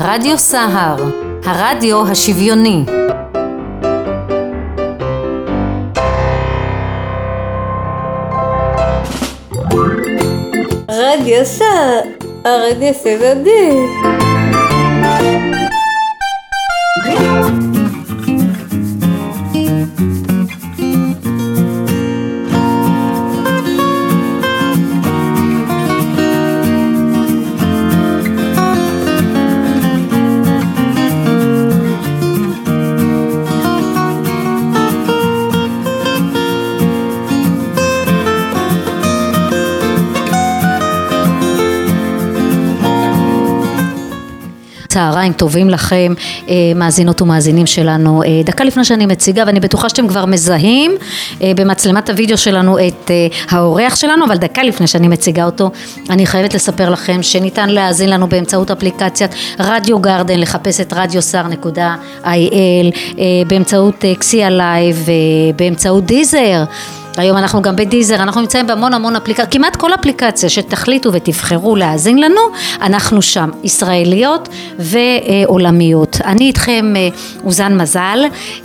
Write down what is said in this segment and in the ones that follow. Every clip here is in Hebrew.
רדיו סהר, הרדיו השוויוני. רדיו סהר, הרדיו השוויוני. צהריים טובים לכם, מאזינות ומאזינים שלנו. דקה לפני שאני מציגה, ואני בטוחה שאתם כבר מזהים במצלמת הוידאו שלנו את האורח שלנו, אבל דקה לפני שאני מציגה אותו, אני חייבת לספר לכם שניתן להאזין לנו באמצעות אפליקציית רדיו גרדן, לחפש את radiosar.il, באמצעות קסיה לייב, באמצעות דיזר. היום אנחנו גם בדיזר, אנחנו נמצאים בהמון אפליקציה, כמעט כל אפליקציה שתחליטו ותבחרו להאזין לנו, אנחנו שם, ישראליות ועולמיות. אני איתכם אוזן מזל,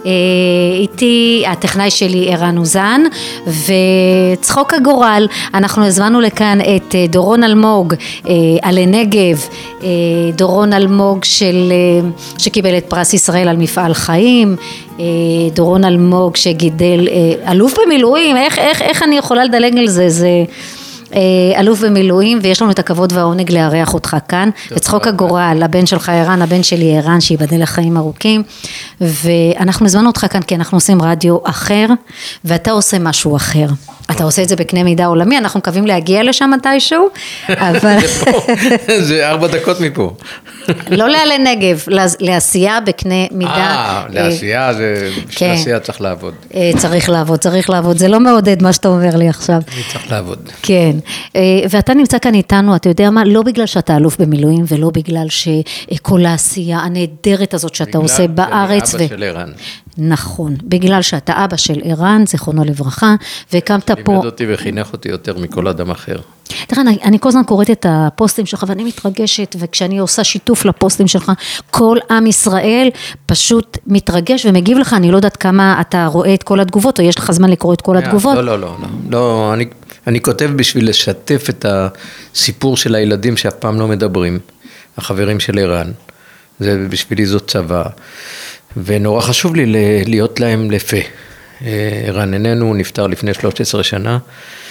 איתי הטכנאי שלי ערן אוזן, וצחוק הגורל, אנחנו הזמנו לכאן את דורון אלמוג, עלי נגב, דורון אלמוג שקיבל את פרס ישראל על מפעל חיים, דורון אלמוג שגידל, אלוף במילואים, איך אני יכולה לדלג על זה, זה אלוף במילואים, ויש לנו את הכבוד והעונג לארח אותך כאן, וצחוק הגורל, הבן שלך ערן, הבן שלי ערן, שיבדל לחיים ארוכים, ואנחנו הזמנו אותך כאן כי אנחנו עושים רדיו אחר, ואתה עושה משהו אחר. אתה עושה את זה בקנה מידה עולמי, אנחנו מקווים להגיע לשם מתישהו, אבל... זה 4 דקות מפה. לא לעלי נגב, לעשייה בקנה מידה... לעשייה, בשביל עשייה צריך לעבוד. צריך לעבוד, זה לא מעודד מה שאתה אומר לי עכשיו. אני צריך לעבוד. כן, ואתה נמצא כאן איתנו, אתה יודע מה, לא בגלל שאתה אלוף במילואים, ולא בגלל שכל העשייה הנהדרת הזאת שאתה עושה בארץ. בגלל אבא של ערן. נכון, בגלל שאתה אבא של ערן, זיכרונו לברכה, והקמת פה... לימד אותי וחינך אותי יותר מכל אדם אחר. תראה, אני כל הזמן קוראת את הפוסטים שלך, ואני מתרגשת, וכשאני עושה שיתוף לפוסטים שלך, כל עם ישראל פשוט מתרגש ומגיב לך, אני לא יודעת כמה אתה רואה את כל התגובות, או יש לך זמן לקרוא את כל התגובות. לא, אני כותב בשביל לשתף את הסיפור של הילדים שאף פעם לא מדברים, החברים של ערן, זה בשבילי זאת צבא, ונורא חשוב לי להיות להם לפה. ערן איננו, נפטר לפני 13 שנה,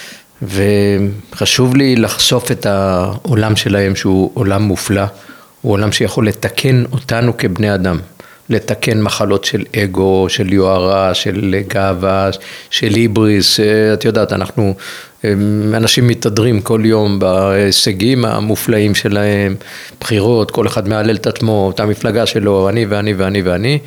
וחשוב לי לחשוף את העולם שלהם שהוא עולם מופלא, הוא עולם שיכול לתקן אותנו כבני אדם, לתקן מחלות של אגו, של יוהרה, של גאווה, של היבריס, את יודעת, אנחנו אנשים מתהדרים כל יום בהישגים המופלאים שלהם, בחירות, כל אחד מעלל את עצמו, אותה מפלגה שלו, אני ואני ואני ואני,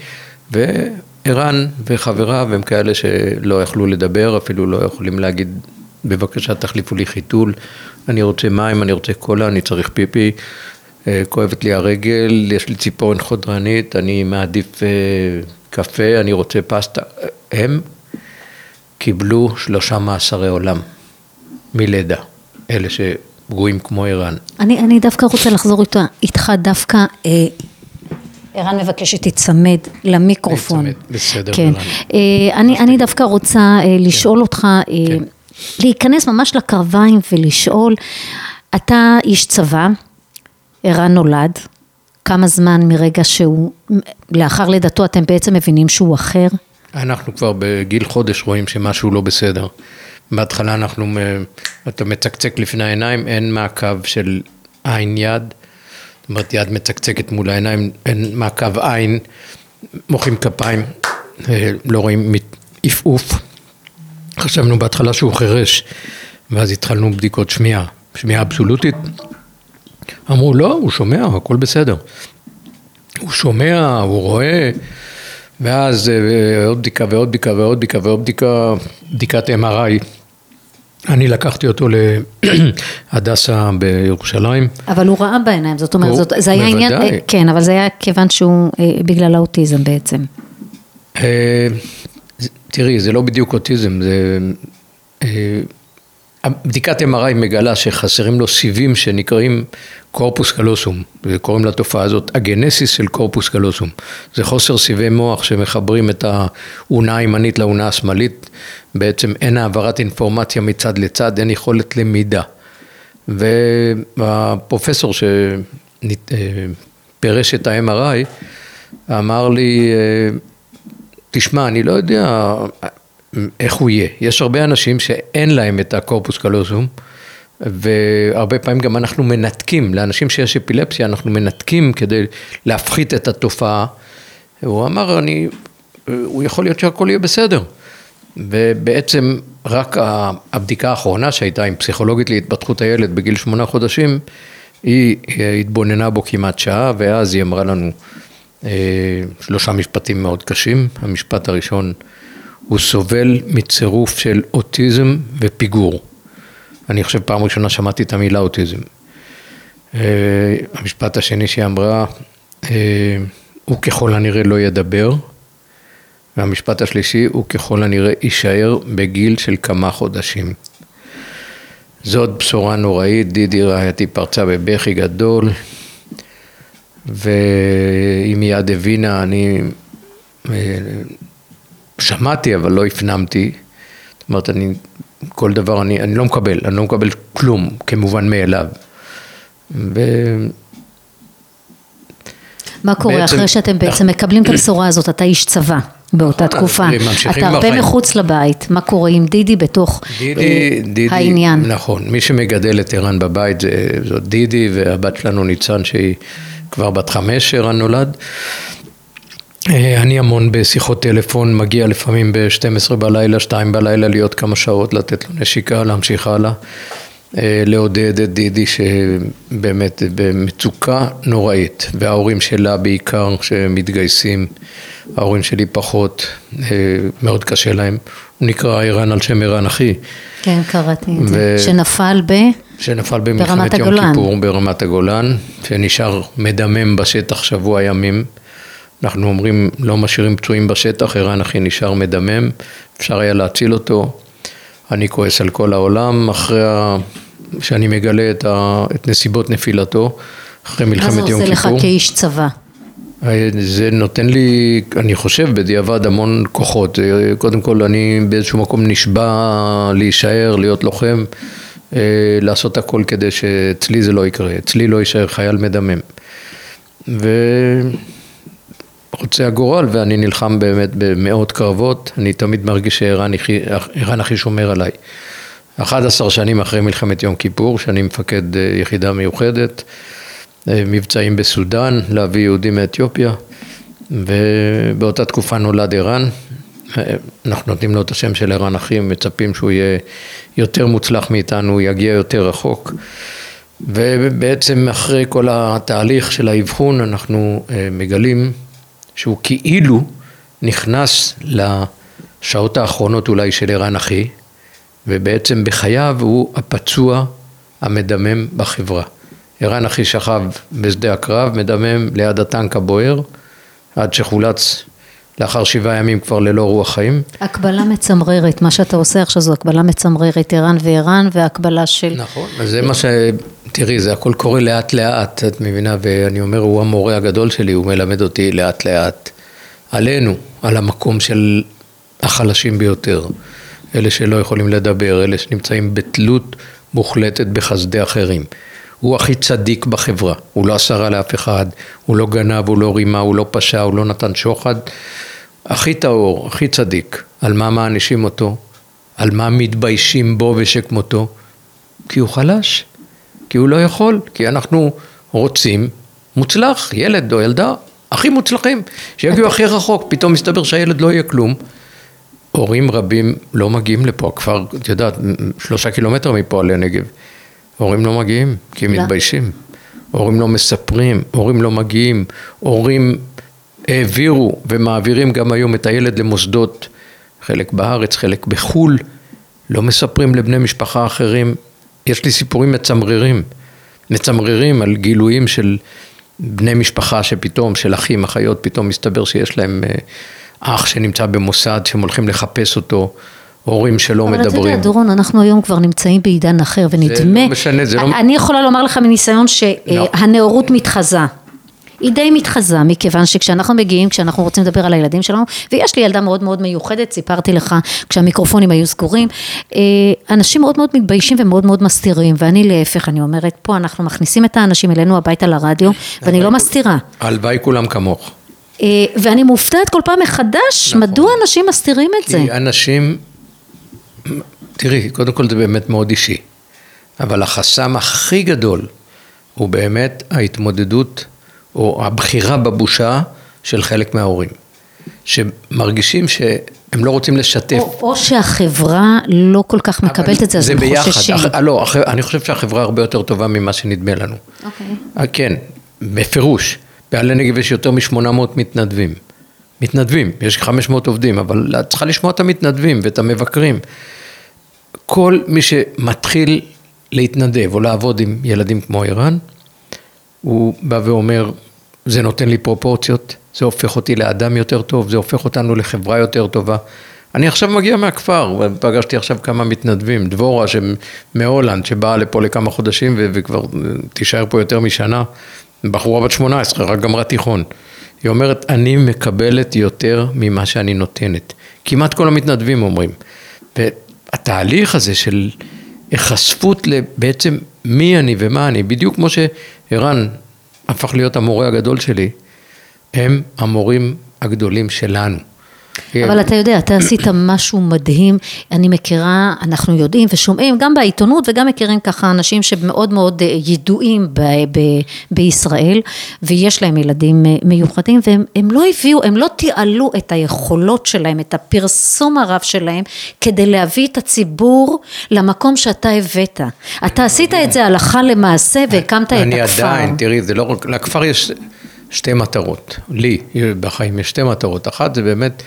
וערן וחבריו הם כאלה שלא יכלו לדבר, אפילו לא יכולים להגיד, בבקשה תחליפו לי חיתול, אני רוצה מים, אני רוצה קולה, אני צריך פיפי, כואבת לי הרגל, יש לי ציפורן חודרנית, אני מעדיף קפה, אני רוצה פסטה. הם קיבלו 3 מאסרי עולם מלידה, אלה שפגועים כמו ערן. אני דווקא רוצה לחזור איתך דווקא, ערן מבקש שתצמד למיקרופון. בסדר. כן. אני דווקא רוצה לשאול אותך, להיכנס ממש לקרביים ולשאול, אתה איש צבא, ערן נולד, כמה זמן מרגע שהוא, לאחר לידתו אתם בעצם מבינים שהוא אחר? אנחנו כבר בגיל חודש רואים שמשהו לא בסדר. בהתחלה אתה מצקצק לפני העיניים, אין מעקב של עין יד, זאת אומרת יד מצקצקת מול העיניים, אין מעקב עין, מוחאים כפיים, לא רואים עפעוף. חשבנו בהתחלה שהוא חרש, ואז התחלנו בדיקות שמיעה אבסולוטית. אמרו לא, הוא שומע, הכל בסדר. הוא שומע, הוא רואה, ואז עוד בדיקה ועוד בדיקה ועוד בדיקה ועוד בדיקה, בדיקת MRI. אני לקחתי אותו להדסה בירושלים. אבל הוא ראה בעיניים, זאת אומרת, זה היה עניין, כן, אבל זה היה כיוון שהוא בגלל האוטיזם בעצם. תראי, זה לא בדיוק אוטיזם, זה בדיקת MRI מגלה שחסרים לו סיבים שנקראים קורפוס קלוסום, וקוראים לתופעה הזאת הגנסיס של קורפוס קלוסום. זה חוסר סיבי מוח שמחברים את האונה הימנית לאונה השמאלית, בעצם אין העברת אינפורמציה מצד לצד, אין יכולת למידה. והפרופסור שפרש את ה-MRI אמר לי, תשמע, אני לא יודע איך הוא יהיה. יש הרבה אנשים שאין להם את הקורפוס קלוזום, והרבה פעמים גם אנחנו מנתקים, לאנשים שיש אפילפסיה, אנחנו מנתקים כדי להפחית את התופעה. הוא אמר, הוא יכול להיות שהכל יהיה בסדר. ובעצם רק הבדיקה האחרונה שהייתה עם פסיכולוגית להתפתחות הילד בגיל 8 חודשים, היא התבוננה בו כמעט שעה, ואז היא אמרה לנו 3 משפטים מאוד קשים. המשפט הראשון, הוא סובל מצירוף של אוטיזם ופיגור. אני חושב פעם ראשונה שמעתי את המילה אוטיזם. המשפט השני שהיא אמרה, הוא ככל הנראה לא ידבר, והמשפט השלישי, הוא ככל הנראה יישאר בגיל של כמה חודשים. זאת בשורה נוראית, דידי רעייתי פרצה בבכי גדול, והיא מיד הבינה, אני שמעתי אבל לא הפנמתי, זאת אומרת, כל דבר אני לא מקבל כלום כמובן מאליו. מה קורה אחרי שאתם בעצם מקבלים את הבשורה הזאת, אתה איש צבא באותה תקופה, אתה הרבה מחוץ לבית, מה קורה עם דידי בתוך העניין? נכון, מי שמגדל את ערן בבית זאת דידי, והבת שלנו ניצן שהיא כבר בת 5 ערן נולד. אני המון בשיחות טלפון, מגיע לפעמים ב-12 בלילה, 2 בלילה, להיות כמה שעות, לתת לו נשיקה, להמשיך הלאה, לעודד את דידי שבאמת במצוקה נוראית, וההורים שלה בעיקר שמתגייסים, ההורים שלי פחות, מאוד קשה להם. הוא נקרא ערן על שם ערן אחי. כן, קראתי את זה. שנפל במלחמת יום כיפור ברמת הגולן, שנשאר מדמם בשטח שבוע ימים. אנחנו אומרים, לא משאירים פצועים בשטח, ערן אחי נשאר מדמם, אפשר היה להציל אותו. אני כועס על כל העולם, אחרי שאני מגלה את נסיבות נפילתו, אחרי מלחמת יום כיפור. מה זה עושה לך כאיש צבא? זה נותן לי, אני חושב, בדיעבד המון כוחות. קודם כל, אני באיזשהו מקום נשבע להישאר, להיות לוחם, לעשות הכל כדי שאצלי זה לא יקרה, אצלי לא יישאר חייל מדמם. רוצה הגורל, ואני נלחם באמת במאות קרבות, אני תמיד מרגיש שערן הכי שומר עליי. 11 שנים אחרי מלחמת יום כיפור, שאני מפקד יחידה מיוחדת, מבצעים בסודן, להביא יהודים מאתיופיה, ובאותה תקופה נולד ערן, אנחנו נותנים לו את השם של ערן אחי, מצפים שהוא יהיה יותר מוצלח מאיתנו, הוא יגיע יותר רחוק, ובעצם אחרי כל התהליך של האבחון, אנחנו מגלים שהוא כאילו נכנס לשעות האחרונות אולי של ערן אחי, ובעצם בחייו הוא הפצוע המדמם בחברה. ערן אחי שכב בשדה הקרב, מדמם ליד הטנק הבוער, עד שחולץ לאחר 7 ימים כבר ללא רוח חיים. הקבלה מצמררת, מה שאתה עושה עכשיו זו הקבלה מצמררת, ערן וערן, והקבלה של... נכון, אז זה מה תראי, זה הכל קורה לאט לאט, את מבינה, ואני אומר, הוא המורה הגדול שלי, הוא מלמד אותי לאט לאט, עלינו, על המקום של החלשים ביותר, אלה שלא יכולים לדבר, אלה שנמצאים בתלות מוחלטת בחסדי אחרים. הוא הכי צדיק בחברה, הוא לא עשה רע לאף אחד, הוא לא גנב, הוא לא רימה, הוא לא פשע, הוא לא נתן שוחד, הכי טהור, הכי צדיק. על מה מענישים אותו? על מה מתביישים בו ושכמותו? כי הוא חלש, כי הוא לא יכול, כי אנחנו רוצים מוצלח, ילד או ילדה, הכי מוצלחים, שיגיעו הכי רחוק, פתאום מסתבר שהילד לא יהיה כלום. הורים רבים לא מגיעים לפה, הכפר, את יודעת, 3 קילומטר מפה לנגב, הורים לא מגיעים, כי הם מתביישים, הורים לא מספרים, הורים לא מגיעים, הורים העבירו ומעבירים גם היום את הילד למוסדות, חלק בארץ, חלק בחול, לא מספרים לבני משפחה אחרים. יש לי סיפורים מצמררים על גילויים של בני משפחה שפתאום, של אחים, אחיות, פתאום מסתבר שיש להם אח שנמצא במוסד, שהם הולכים לחפש אותו, הורים שלא אבל מדברים. אתה יודע, דורון, אנחנו היום כבר נמצאים בעידן אחר, ונדמה... זה לא משנה, זה לא... אני יכולה לומר לך מניסיון שהנאורות מתחזה. היא די מתחזה, מכיוון שכשאנחנו מגיעים, כשאנחנו רוצים לדבר על הילדים שלנו, ויש לי ילדה מאוד מאוד מיוחדת, סיפרתי לך, כשהמיקרופונים היו סגורים, אנשים מאוד מאוד מתביישים ומאוד מאוד מסתירים, ואני להפך, אני אומרת, פה אנחנו מכניסים את האנשים אלינו הביתה לרדיו, ואני לא מסתירה. הלוואי כולם כמוך. ואני מופתעת כל פעם מחדש, מדוע אנשים מסתירים את זה? כי אנשים, תראי, קודם כל זה באמת מאוד אישי, אבל החסם הכי גדול, הוא באמת ההתמודדות, או הבחירה בבושה של חלק מההורים, שמרגישים שהם לא רוצים לשתף. או שהחברה לא כל כך מקבלת את זה, אז הם חוששים. לא, אני חושב שהחברה הרבה יותר טובה ממה שנדמה לנו. כן, בפירוש. בעלי נגב יש יותר מ-800 מתנדבים, יש 500 עובדים, אבל צריכה לשמוע את המתנדבים ואת המבקרים. כל מי שמתחיל להתנדב או לעבוד עם ילדים כמו ערן, הוא בא ואומר, זה נותן לי פרופורציות, זה הופך אותי לאדם יותר טוב, זה הופך אותנו לחברה יותר טובה. אני עכשיו מגיע מהכפר, ופגשתי עכשיו כמה מתנדבים, דבורה מהולנד, שבאה לפה לכמה חודשים, וכבר תישאר פה יותר משנה, בחורה בת 18, רק גמרה תיכון. היא אומרת, אני מקבלת יותר ממה שאני נותנת. כמעט כל המתנדבים אומרים. והתהליך הזה של החשפות לבעצם מי אני ומה אני, בדיוק כמו שערן הפך להיות המורה הגדול שלי, הם המורים הגדולים שלנו. אבל אתה יודע, אתה עשית משהו מדהים, אני מכירה, אנחנו יודעים ושומעים, גם בעיתונות וגם מכירים ככה אנשים שמאוד מאוד ידועים בישראל, ויש להם ילדים מיוחדים, והם לא הביאו, הם לא תיעלו את היכולות שלהם, את הפרסום הרב שלהם, כדי להביא את הציבור למקום שאתה הבאת. אתה עשית את זה הלכה למעשה, והקמת את הכפר. אני עדיין, תראי, זה לא רק, לכפר יש שתי מטרות, לי בחיים יש שתי מטרות, אחת זה באמת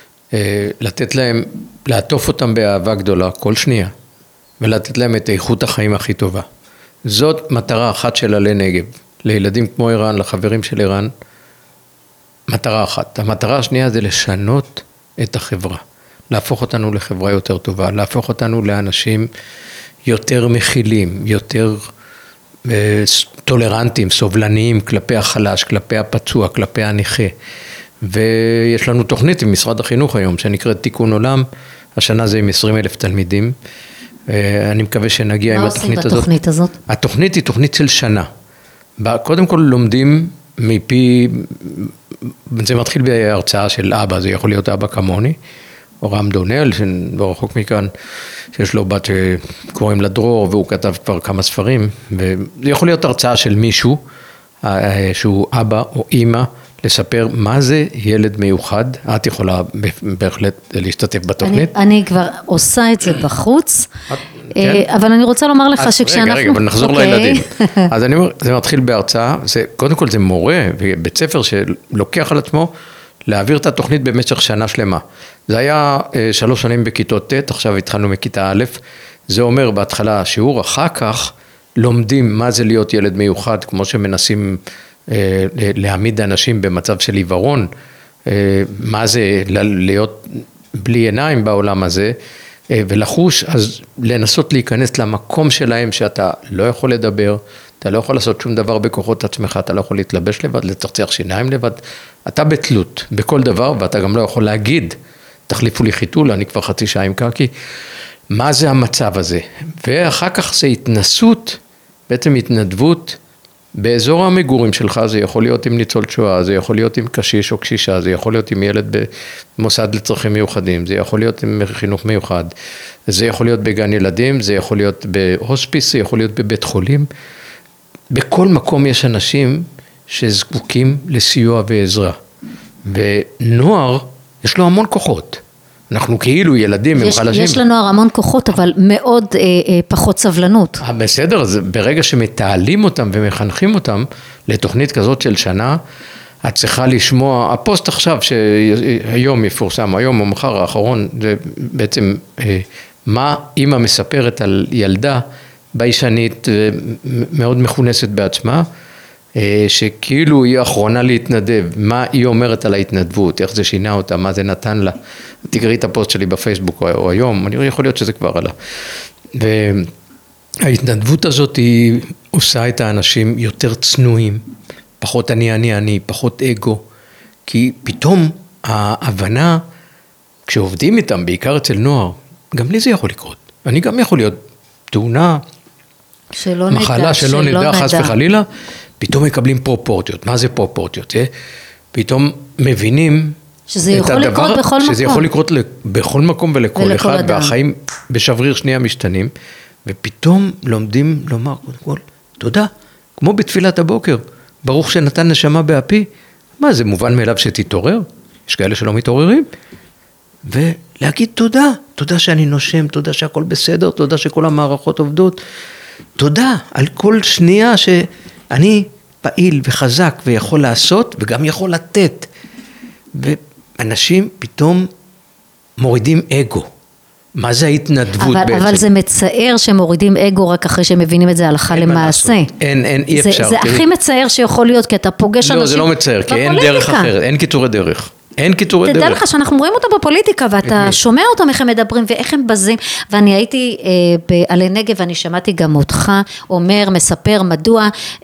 לתת להם, לעטוף אותם באהבה גדולה כל שנייה, ולתת להם את איכות החיים הכי טובה. זאת מטרה אחת של עלי נגב, לילדים כמו ערן, לחברים של ערן, מטרה אחת. המטרה השנייה זה לשנות את החברה, להפוך אותנו לחברה יותר טובה, להפוך אותנו לאנשים יותר מכילים, יותר טולרנטים, סובלניים כלפי החלש, כלפי הפצוע, כלפי הנכה. ויש לנו תוכנית עם משרד החינוך היום, שנקראת תיקון עולם, השנה זה עם 20,000 תלמידים, אני מקווה שנגיע עם התוכנית הזאת. מה עושים בתוכנית הזאת? התוכנית היא תוכנית של שנה, קודם כל לומדים מפי, זה מתחיל בהרצאה של אבא, זה יכול להיות אבא כמוני, או רם דונל, שלא רחוק מכאן, שיש לו בת שקוראים לה דרור, והוא כתב כבר כמה ספרים, וזה יכול להיות הרצאה של מישהו, שהוא אבא או אמא, לספר מה זה ילד מיוחד, את יכולה בהחלט להשתתף בתוכנית. אני כבר עושה את זה בחוץ, אבל אני רוצה לומר לך שכשאנחנו... רגע, אבל נחזור לילדים. אז אני אומר, זה מתחיל בהרצאה, קודם כל זה מורה ובית ספר שלוקח על עצמו להעביר את התוכנית במשך שנה שלמה. זה היה 3 שנים בכיתות ט', עכשיו התחלנו מכיתה א', זה אומר בהתחלה שיעור, אחר כך לומדים מה זה להיות ילד מיוחד, כמו שמנסים להעמיד אנשים במצב של עיוורון, מה זה להיות בלי עיניים בעולם הזה, ולחוש, אז לנסות להיכנס למקום שלהם שאתה לא יכול לדבר, אתה לא יכול לעשות שום דבר בכוחות עצמך, אתה לא יכול להתלבש לבד, לצחצח שיניים לבד, אתה בתלות בכל דבר, ואתה גם לא יכול להגיד, תחליפו לי חיתול, אני כבר חצי שעה עם קקי, מה זה המצב הזה? ואחר כך זה התנסות, בעצם התנדבות, באזור המגורים שלך, זה יכול להיות עם ניצול שואה, זה יכול להיות עם קשיש או קשישה, זה יכול להיות עם ילד במוסד לצרכים מיוחדים, זה יכול להיות עם חינוך מיוחד, זה יכול להיות בגן ילדים, זה יכול להיות בהוספיס, זה יכול להיות בבית חולים. בכל מקום יש אנשים שזקוקים לסיוע ועזרה. ונוער, יש לו המון כוחות. אנחנו כאילו ילדים הם חלשים. יש לנוער המון כוחות, אבל מאוד פחות סבלנות. בסדר, אז ברגע שמתעלים אותם ומחנכים אותם לתוכנית כזאת של שנה, את צריכה לשמוע, הפוסט עכשיו שהיום יפורסם, היום או מחר האחרון, זה בעצם מה אמא מספרת על ילדה ביישנית מאוד מכונסת בעצמה, שכאילו היא האחרונה להתנדב, מה היא אומרת על ההתנדבות, איך זה שינה אותה, מה זה נתן לה. תקראי את הפוסט שלי בפייסבוק או היום, אני יכול להיות שזה כבר עלה. וההתנדבות הזאת היא עושה את האנשים יותר צנועים, פחות אני, פחות אגו, כי פתאום ההבנה, כשעובדים איתם, בעיקר אצל נוער, גם לי זה יכול לקרות. אני גם יכול להיות תאונה, מחלה שלא נדע, חס וחלילה, פתאום מקבלים פרופורציות. מה זה פרופורציות? פתאום מבינים שזה יכול לקרות בכל מקום. שזה יכול לקרות בכל מקום ולכל אחד, והחיים בשבריר שנייה משתנים, ופתאום לומדים לומר, תודה, כמו בתפילת הבוקר, ברוך שנתן נשמה באפי, מה זה מובן מאליו שתתעורר? יש כאלה שלא מתעוררים, ולהגיד תודה שאני נושם, תודה שהכל בסדר, תודה שכל המערכות עובדות, תודה על כל שנייה שאני פעיל וחזק ויכול לעשות וגם יכול לתת. ואנשים פתאום מורידים אגו. מה זה ההתנדבות בעצם? אבל זה מצער שמורידים אגו רק אחרי שמבינים את זה הלכה למעשה. אי אפשר. זה הכי מצער שיכול להיות, כי אתה פוגש אנשים. לא, זה לא מצער, כי אין דרך אחרת, אין קיצורי דרך. תדע לך שאנחנו רואים אותם בפוליטיקה, ואתה שומע אותם איך הם מדברים ואיך הם בזים, ואני הייתי בעלי נגב, ואני שמעתי גם אותך מספר מדוע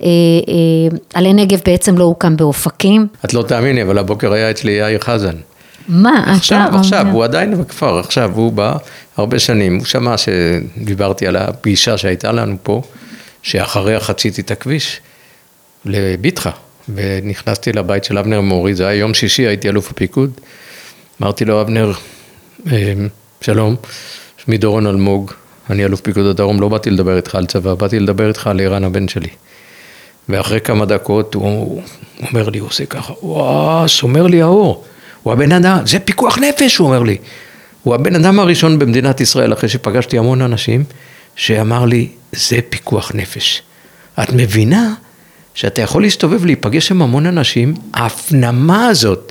עלי נגב בעצם לא הוקם באופקים. את לא תאמיני, אבל הבוקר היה אצלי יאיר חזן. מה? עכשיו, הוא עדיין בכפר, עכשיו הוא בא הרבה שנים, הוא שמע שדיברתי על הפגישה שהייתה לנו פה, שאחריה חציתי את הכביש לביתך. ונכנסתי לבית של אבנר מורי, זה היה יום שישי, הייתי אלוף הפיקוד, אמרתי לו, אבנר, שלום, שמי דורון אלמוג, אני אלוף פיקוד הדרום, לא באתי לדבר איתך על צבא, באתי לדבר איתך על ערן הבן שלי. ואחרי כמה דקות הוא אומר לי, הוא עושה ככה, וואו, סומר לי האור, הוא הבן אדם, זה פיקוח נפש, הוא אומר לי, הוא הבן אדם הראשון במדינת ישראל, אחרי שפגשתי המון אנשים, שאמר לי, זה פיקוח נפש. את מבינה? שאתה יכול להסתובב להיפגש עם המון אנשים, ההפנמה הזאת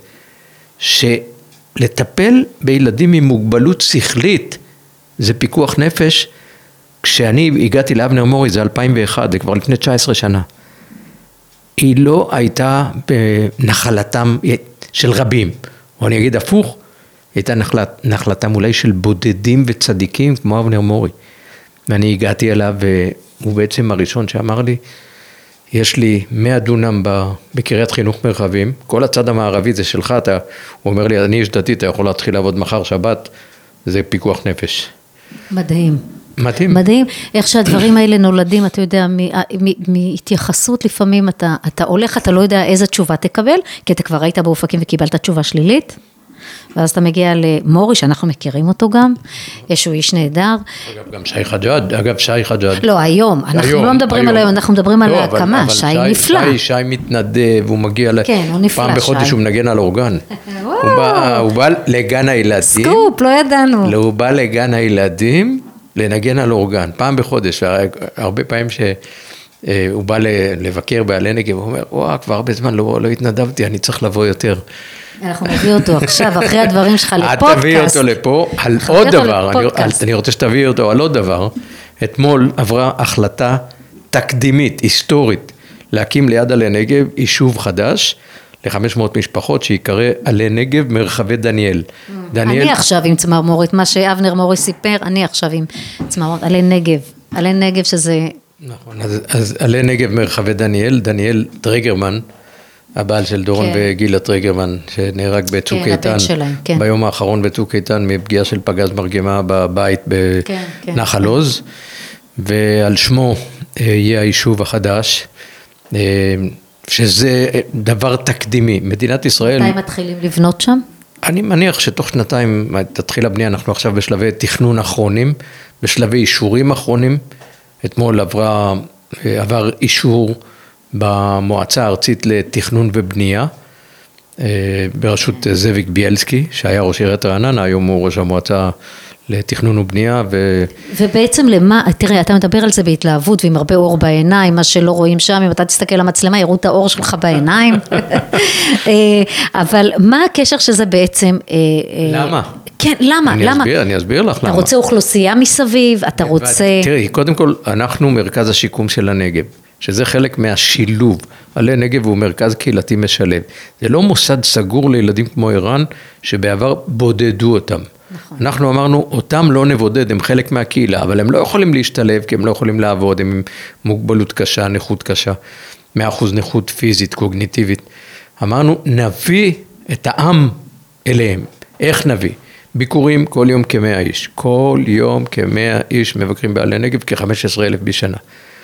שלטפל בילדים עם מוגבלות שכלית, זה פיקוח נפש. כשאני הגעתי לאבנר מורי, זה 2001, זה כבר לפני 19 שנה, היא לא הייתה בנחלתם של רבים, או אני אגיד הפוך, הייתה נחלתם אולי של בודדים וצדיקים כמו אבנר מורי. ואני הגעתי אליו, והוא בעצם הראשון שאמר לי, יש לי 100 דונם בקריית חינוך מרחבים, כל הצד המערבי זה שלך, הוא אומר לי, אני איש דתי, אתה יכול להתחיל לעבוד מחר שבת, זה פיקוח נפש. מדהים. מדהים. מדהים, איך שהדברים האלה נולדים, אתה יודע, מהתייחסות לפעמים, אתה הולך, אתה לא יודע איזה תשובה תקבל, כי אתה כבר היית באופקים וקיבלת תשובה שלילית, ואז אתה מגיע למורי, שאנחנו מכירים אותו גם, שהוא איש נהדר. אגב, גם שי חג'אד, שי חג'אד. לא, היום, אנחנו לא מדברים על היום, אנחנו מדברים על ההקמה, שי נפלא. שי מתנדב, הוא מגיע, כן, הוא נפלא, פעם בחודש הוא מנגן על אורגן. הוא בא לגן הילדים. סקופ, לא ידענו. הוא בא לגן הילדים, לנגן על אורגן, פעם בחודש, הרבה פעמים שהוא בא לבקר בעלי נגב, הוא אומר, וואו, כבר הרבה זמן לא התנדבתי, אני צריך לבוא יותר. אנחנו נביא אותו עכשיו, אחרי הדברים שלך לפודקאסט. את תביא אותו לפה, על עוד דבר, אני רוצה שתביא אותו על עוד דבר. אתמול עברה החלטה תקדימית, היסטורית, להקים ליד עלי נגב יישוב חדש, ל-500 משפחות שיקרא עלי נגב מרחבי דניאל. אני עכשיו עם צמרמורת, מה שאבנר מורי סיפר, אני עכשיו עם צמרמורת, עלי נגב. עלי נגב שזה... נכון, אז עלי נגב מרחבי דניאל, דניאל טרגרמן, הבעל של דורון וגילה טרגרמן, שנהרג בצוק איתן, ביום האחרון בצוק איתן, מפגיעה של פגז מרגמה בבית בנחל עוז, ועל שמו יהיה היישוב החדש, שזה דבר תקדימי. מדינת ישראל... מתי מתחילים לבנות שם? אני מניח שתוך שנתיים תתחיל הבנייה, אנחנו עכשיו בשלבי תכנון אחרונים, בשלבי אישורים אחרונים, אתמול עבר אישור במועצה הארצית לתכנון ובנייה, בראשות זאביק ביאלסקי, שהיה ראש עיריית רעננה, היום הוא ראש המועצה לתכנון ובנייה. ובעצם למה, תראה, אתה מדבר על זה בהתלהבות, ועם הרבה אור בעיניים, מה שלא רואים שם, אם אתה תסתכל למצלמה, יראו את האור שלך בעיניים. אבל מה הקשר שזה בעצם... למה? כן, למה? אני אסביר לך למה. אתה רוצה אוכלוסייה מסביב, אתה רוצה... תראי, קודם כל, אנחנו מרכז השיקום של הנגב. שזה חלק מהשילוב. עלי נגב הוא מרכז קהילתי משלב. זה לא מוסד סגור לילדים כמו ערן, שבעבר בודדו אותם. נכון. אנחנו אמרנו, אותם לא נבודד, הם חלק מהקהילה, אבל הם לא יכולים להשתלב, כי הם לא יכולים לעבוד, הם עם מוגבלות קשה, נכות קשה, 100% נכות פיזית, קוגניטיבית. אמרנו, נביא את העם אליהם. איך נביא? ביקורים כל יום כ100 איש. כל יום כ100 איש מבקרים בעלי נגב, כ15,000 בשנה.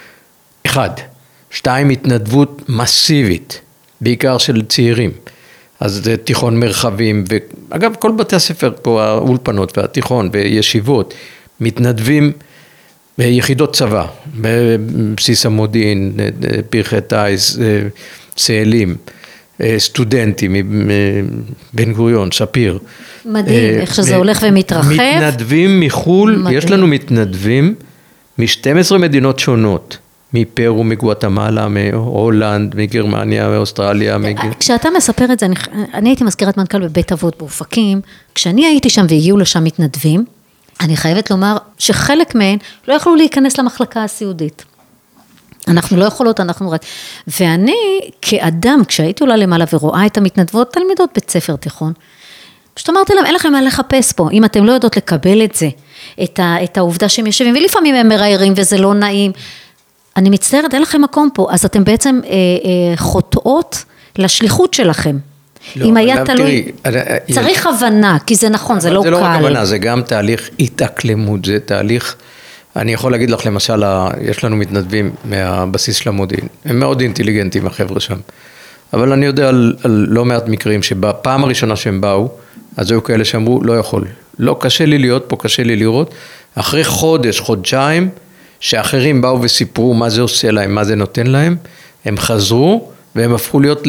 1. 2. התנדבות מסיבית, בעיקר של צעירים. אז זה תיכון מרחבים, ואגב, כל בתי הספר פה, האולפנות והתיכון וישיבות, מתנדבים ביחידות צבא, בבסיס המודיעין, פרחי טייס, צאלים, סטודנטים, בן גוריון, ספיר. מדהים, איך שזה הולך ומתרחב. מתנדבים מחול, מדהים. יש לנו מתנדבים מ-12 מדינות שונות. מפרו, מגואטמלה, מהולנד, מגרמניה, מאוסטרליה. כשאתה מספר את זה, אני הייתי מזכירת מנכ"ל בבית אבות באופקים, כשאני הייתי שם והגיעו לשם מתנדבים, אני חייבת לומר שחלק מהן לא יכלו להיכנס למחלקה הסיעודית. אנחנו לא יכולות, אנחנו רק... ואני כאדם, כשהייתי עולה למעלה ורואה את המתנדבות, תלמידות בית ספר תיכון, פשוט אמרתי להם, אין לכם מה לחפש פה, אם אתם לא יודעות לקבל את זה, את העובדה שהם יושבים, ולפעמים הם מראיירים וזה לא נעים, אני מצטערת, אין לכם מקום פה, אז אתם בעצם חוטאות לשליחות שלכם. לא, אם היה תלוי, צריך הבנה, כי זה נכון, זה לא קל. זה לא רק הבנה, זה גם תהליך התאקלמות, זה תהליך, אני יכול להגיד לך למשל, יש לנו מתנדבים מהבסיס של המודיעין, הם מאוד אינטליגנטים החבר'ה שם, אבל אני יודע על לא מעט מקרים, שבפעם הראשונה שהם באו, אז היו כאלה שאמרו, לא יכול, לא קשה לי להיות פה, קשה לי לראות, אחרי חודש, חודשיים, שאחרים באו וסיפרו מה זה עושה להם, מה זה נותן להם, הם חזרו והם הפכו להיות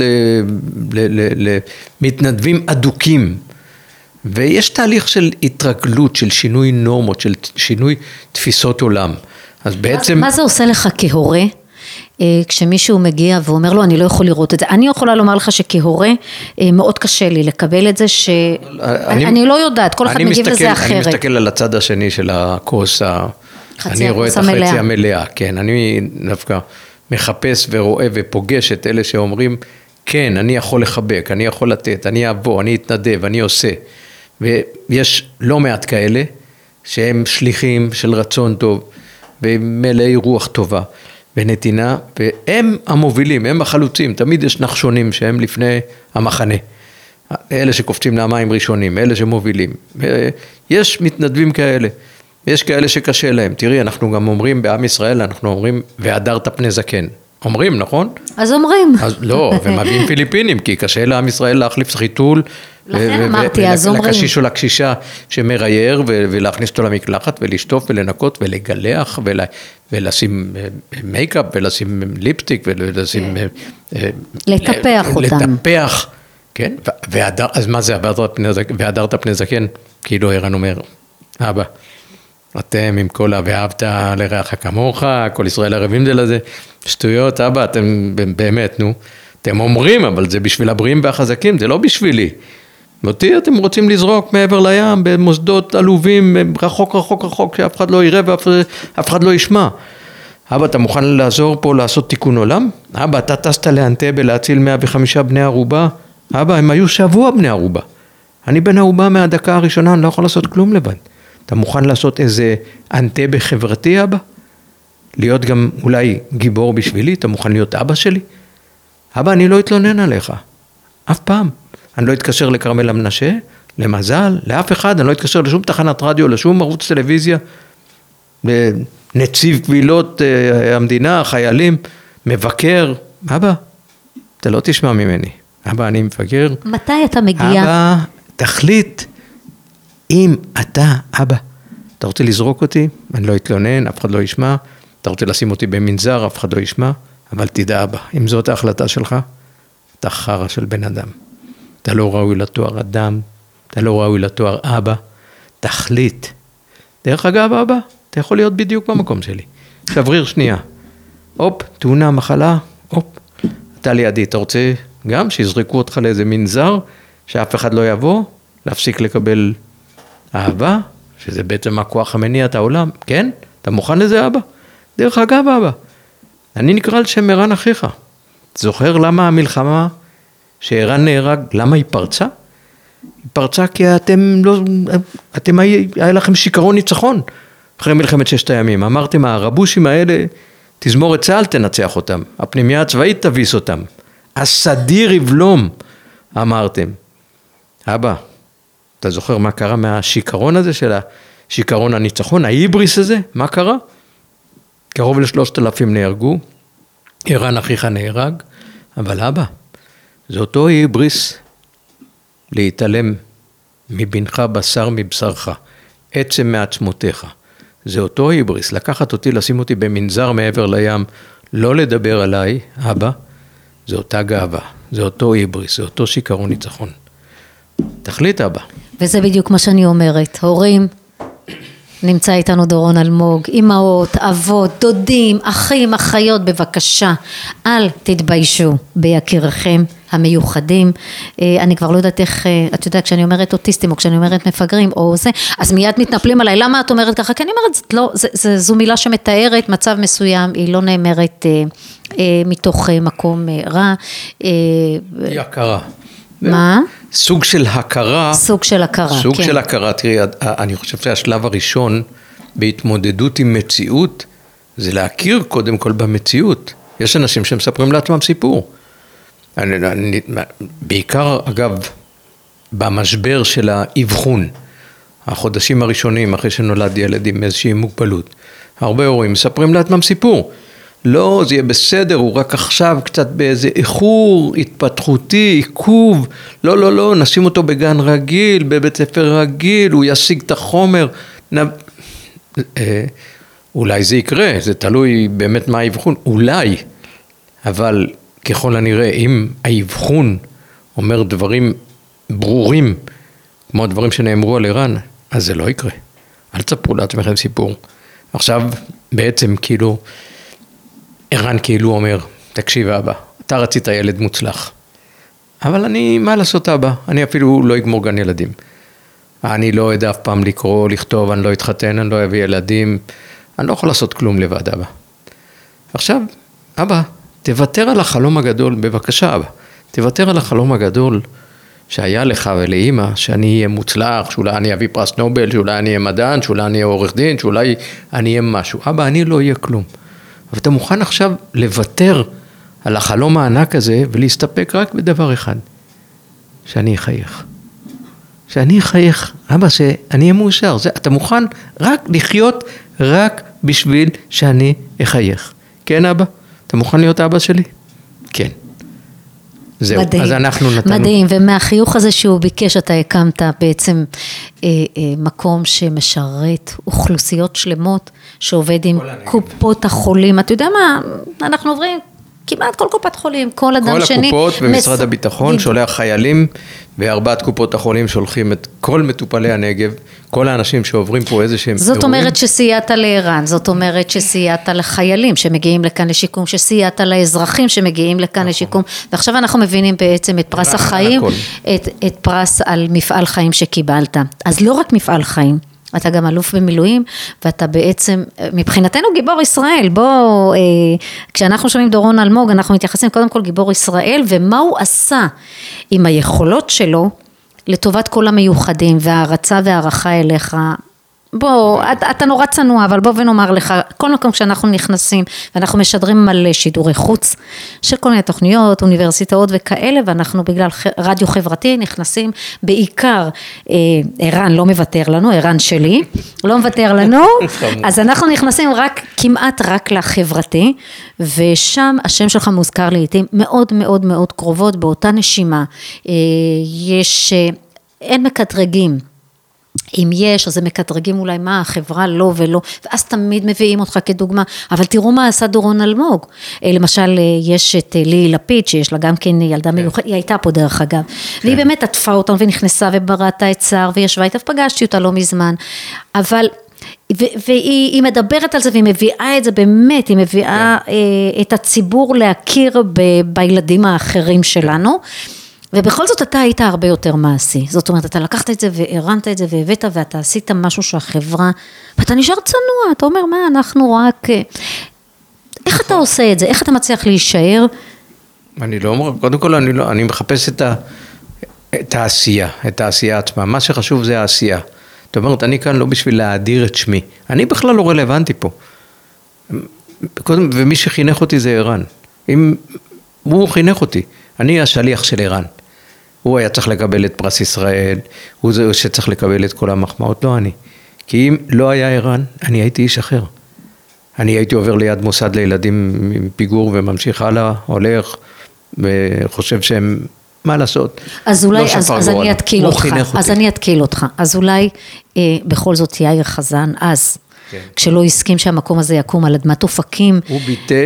למתנדבים אדוקים. ויש תהליך של התרגלות, של שינוי נורמות, של שינוי תפיסות עולם. אז בעצם... מה זה עושה לך כהורה? כשמישהו מגיע ואומר לו, אני לא יכול לראות את זה. אני יכולה לומר לך שכהורה, מאוד קשה לי לקבל את זה, שאני לא יודעת, כל אחד מגיב לזה אחרת. אני מסתכל על הצד השני של הכוס אני רואה את החצי המלאה, כן, אני דווקא מחפש ורואה ופוגש את אלה שאומרים, כן, אני יכול לחבק, אני יכול לתת, אני אבוא, אני אתנדב, אני עושה. ויש לא מעט כאלה שהם שליחים של רצון טוב, ומלאי רוח טובה ונתינה, והם המובילים, הם החלוצים, תמיד יש נחשונים שהם לפני המחנה. אלה שקופצים למים ראשונים, אלה שמובילים. יש מתנדבים כאלה. יש כאלה שקשה להם, תראי, אנחנו גם אומרים בעם ישראל, אנחנו אומרים, והדרת פני זקן. אומרים, נכון? אז אומרים. אז לא, ומביאים פיליפינים, כי קשה לעם ישראל להחליף חיתול. לכן אמרתי, אז אומרים. לקשיש או לקשישה שמראייר, ולהכניס אותו למקלחת, ולשטוף ולנקות, ולגלח, ולשים מייקאפ, ולשים ליפסטיק, ולשים... לטפח אותם. לטפח, כן? אז מה זה, והדרת פני זקן? כאילו ערן אומר, אבא. אתם עם כל ואהבת לרעך כמוך, כל ישראל ערבים זה לזה, שטויות, אבא, אתם באמת, נו, אתם אומרים, אבל זה בשביל הבריאים והחזקים, זה לא בשבילי. אותי אתם רוצים לזרוק מעבר לים, במוסדות עלובים, רחוק, רחוק, רחוק, שאף אחד לא יראה ואף אחד לא ישמע. אבא, אתה מוכן לעזור פה לעשות תיקון עולם? אבא, אתה טסת לאנטבה להציל 105 בני ערובה? אבא, הם היו שבוע בני ערובה. אני בן ערובה מהדקה הראשונה, אני לא יכול לעשות כלום לבד. אתה מוכן לעשות איזה אנטבה חברתי, אבא? להיות גם אולי גיבור בשבילי? אתה מוכן להיות אבא שלי? אבא, אני לא אתלונן עליך. אף פעם. אני לא אתקשר לקרמל המנשה, למזל, לאף אחד. אני לא אתקשר לשום תחנת רדיו, לשום ערוץ טלוויזיה. נציב קבילות המדינה, חיילים, מבקר. אבא, אתה לא תשמע ממני. אבא, אני מבקר. מתי אתה מגיע? אבא, תחליט. אם אתה, אבא, אתה רוצה לזרוק אותי, אני לא אתלונן, אף אחד לא ישמע, אתה רוצה לשים אותי במנזר, אף אחד לא ישמע, אבל תדע אבא, אם זאת ההחלטה שלך, אתה חרא של בן אדם. אתה לא ראוי לתואר אדם, אתה לא ראוי לתואר אבא, תחליט. דרך אגב, אבא, אתה יכול להיות בדיוק במקום שלי. שבריר שנייה. הופ, תאונה, מחלה, הופ. אתה לידי, אתה רוצה גם שיזרקו אותך לאיזה מנזר, שאף אחד לא יבוא, להפסיק לקבל אהבה, שזה בעצם הכוח המניע את העולם, כן? אתה מוכן לזה, אבא? דרך אגב, אבא, אני נקרא על שם ערן אחיך. זוכר למה המלחמה שערן נהרג, למה היא פרצה? היא פרצה כי היה לכם שיקרון ניצחון אחרי מלחמת 6 הימים. אמרתם, הרבושים האלה, תזמורת צה"ל תנצח אותם, הפנימיה הצבאית תביס אותם, הסדיר יבלום, אמרתם. אבא, אתה זוכר מה קרה מהשיקרון הזה של השיקרון הניצחון, ההיבריס הזה? מה קרה? קרוב ל3,000 נהרגו, ערן אחיך נהרג, אבל אבא, זה אותו היבריס להתעלם מבנך בשר מבשרך, עצם מעצמותיך. זה אותו היבריס, לקחת אותי, לשים אותי במנזר מעבר לים, לא לדבר עליי, אבא, זה אותה גאווה, זה אותו היבריס, זה אותו שיקרון ניצחון. תחליט אבא. וזה בדיוק מה שאני אומרת, הורים, נמצא איתנו דורון אלמוג, אמהות, אבות, דודים, אחים, אחיות, בבקשה, אל תתביישו ביקיריכם המיוחדים. אני כבר לא יודעת איך, את יודעת, כשאני אומרת אוטיסטים או כשאני אומרת מפגרים או זה, אז מיד מתנפלים עליי, למה את אומרת ככה? כי אני אומרת, לא, זו מילה שמתארת מצב מסוים, היא לא נאמרת מתוך מקום רע. היא הכרה. מה? סוג של הכרה. סוג של הכרה, כן. סוג של הכרה, תראי, אני חושב שהשלב הראשון בהתמודדות עם מציאות, זה להכיר קודם כל במציאות. יש אנשים שמספרים לעצמם סיפור. בעיקר, אגב, במשבר של האבחון, החודשים הראשונים אחרי שנולד ילד עם איזושהי מוגבלות, הרבה הורים מספרים לעצמם סיפור. לא, זה יהיה בסדר, הוא רק עכשיו קצת באיזה איחור התפתחותי, עיכוב, לא, נשים אותו בגן רגיל, בבית ספר רגיל, הוא ישיג את החומר, אולי זה יקרה, זה תלוי באמת מה האבחון, אולי, אבל ככל הנראה, אם האבחון אומר דברים ברורים, כמו הדברים שנאמרו על ערן, אז זה לא יקרה, אל תספרו לעצמכם סיפור. עכשיו בעצם כאילו, ערן כאילו אומר, תקשיב אבא, אתה רצית ילד מוצלח, אבל אני, מה לעשות אבא? אני אפילו לא אגמור גן ילדים. אני לא יודע אף פעם לקרוא, לכתוב, אני לא אתחתן, אני לא אביא ילדים, אני לא יכול לעשות כלום לבד אבא. עכשיו, אבא, תוותר על החלום הגדול, בבקשה אבא, תוותר על החלום הגדול שהיה לך ולאמא, שאני אהיה מוצלח, שאולי אני אביא פרס נובל, שאולי אני אהיה מדען, שאולי אני אהיה עורך דין, שאולי אני אהיה משהו. אבא, אני לא אהיה כלום. אבל אתה מוכן עכשיו לוותר על החלום הענק הזה ולהסתפק רק בדבר אחד, שאני אחייך. שאני אחייך, אבא, שאני אהיה מאושר. אתה מוכן רק לחיות רק בשביל שאני אחייך. כן אבא? אתה מוכן להיות אבא שלי? כן. זהו, מדהים, אז אנחנו נתנו. מדהים, ומהחיוך הזה שהוא ביקש, אתה הקמת בעצם מקום שמשרת אוכלוסיות שלמות, שעובד עם קופות החולים. אתה יודע מה, אנחנו עוברים כמעט כל קופת חולים, כל אדם שני. כל הקופות במשרד הביטחון שולח חיילים, ו4 קופות החולים שולחים את כל מטופלי הנגב, כל האנשים שעוברים פה איזה שהם זאת אומרת שסייעת לערן, זאת אומרת שסייעת לחיילים שמגיעים לכאן לשיקום, שסייעת לאזרחים שמגיעים לכאן לשיקום, ועכשיו אנחנו מבינים בעצם את פרס החיים, את פרס על מפעל חיים שקיבלת. אז לא רק מפעל חיים, אתה גם אלוף במילואים, ואתה בעצם, מבחינתנו גיבור ישראל. בוא, כשאנחנו שומעים דורון אלמוג, אנחנו מתייחסים קודם כל גיבור ישראל, ומה הוא עשה עם היכולות שלו, לטובת כל המיוחדים, והערצה והערכה אליך. בוא, אתה נורא צנוע, אבל בוא ונאמר לך, כל מקום כשאנחנו נכנסים, ואנחנו משדרים מלא שידורי חוץ, של כל מיני תוכניות, אוניברסיטאות וכאלה, ואנחנו בגלל רדיו חברתי נכנסים, בעיקר, ערן לא מוותר לנו, ערן שלי, לא מוותר לנו, אז אנחנו נכנסים כמעט רק לחברתי, ושם השם שלך מוזכר לעתים מאוד מאוד מאוד קרובות, באותה נשימה, אין מקטרגים, אם יש, אז הם מקטרגים אולי מה, החברה לא ולא, ואז תמיד מביאים אותך כדוגמה, אבל תראו מה עשה דורון אלמוג, למשל יש את לי לפיד, שיש לה גם כן ילדה מיוחדת, היא הייתה פה דרך אגב, והיא באמת עטפה אותם ונכנסה ובראתה את שר, וישבה איתה, פגשתי אותה לא מזמן, אבל והיא מדברת על זה, והיא מביאה את זה באמת, היא מביאה את הציבור להכיר בילדים האחרים שלנו, ובכל זאת אתה היית הרבה יותר מעשי, זאת אומרת, אתה לקחת את זה והרנת את זה והבאת, ואתה עשית משהו שהחברה, ואתה נשאר צנוע, אתה אומר, מה, אנחנו רק, איך אתה עושה את זה? איך אתה מצליח להישאר? אני לא אומר, קודם כל אני מחפש את העשייה, את העשייה עצמה. מה שחשוב זה העשייה. זאת אומרת, אני כאן לא בשביל להאדיר את שמי. אני בכלל לא רלוונטי פה. ומי שחינך אותי זה ערן. הוא חינך אותי. אני השליח של ערן. הוא היה צריך לקבל את פרס ישראל, הוא זה שצריך לקבל את כל המחמאות, לא אני. כי אם לא היה ערן, אני הייתי איש אחר. אני הייתי עובר ליד מוסד לילדים עם פיגור וממשיך הלאה, הולך וחושב שהם, מה לעשות? אז אולי, אז אני אתקיל אותך. אז אני אתקיל אותך. אז אולי בכל זאת יאיר חזן, אז, כשלא הסכים שהמקום הזה יקום על אדמת אופקים. הוא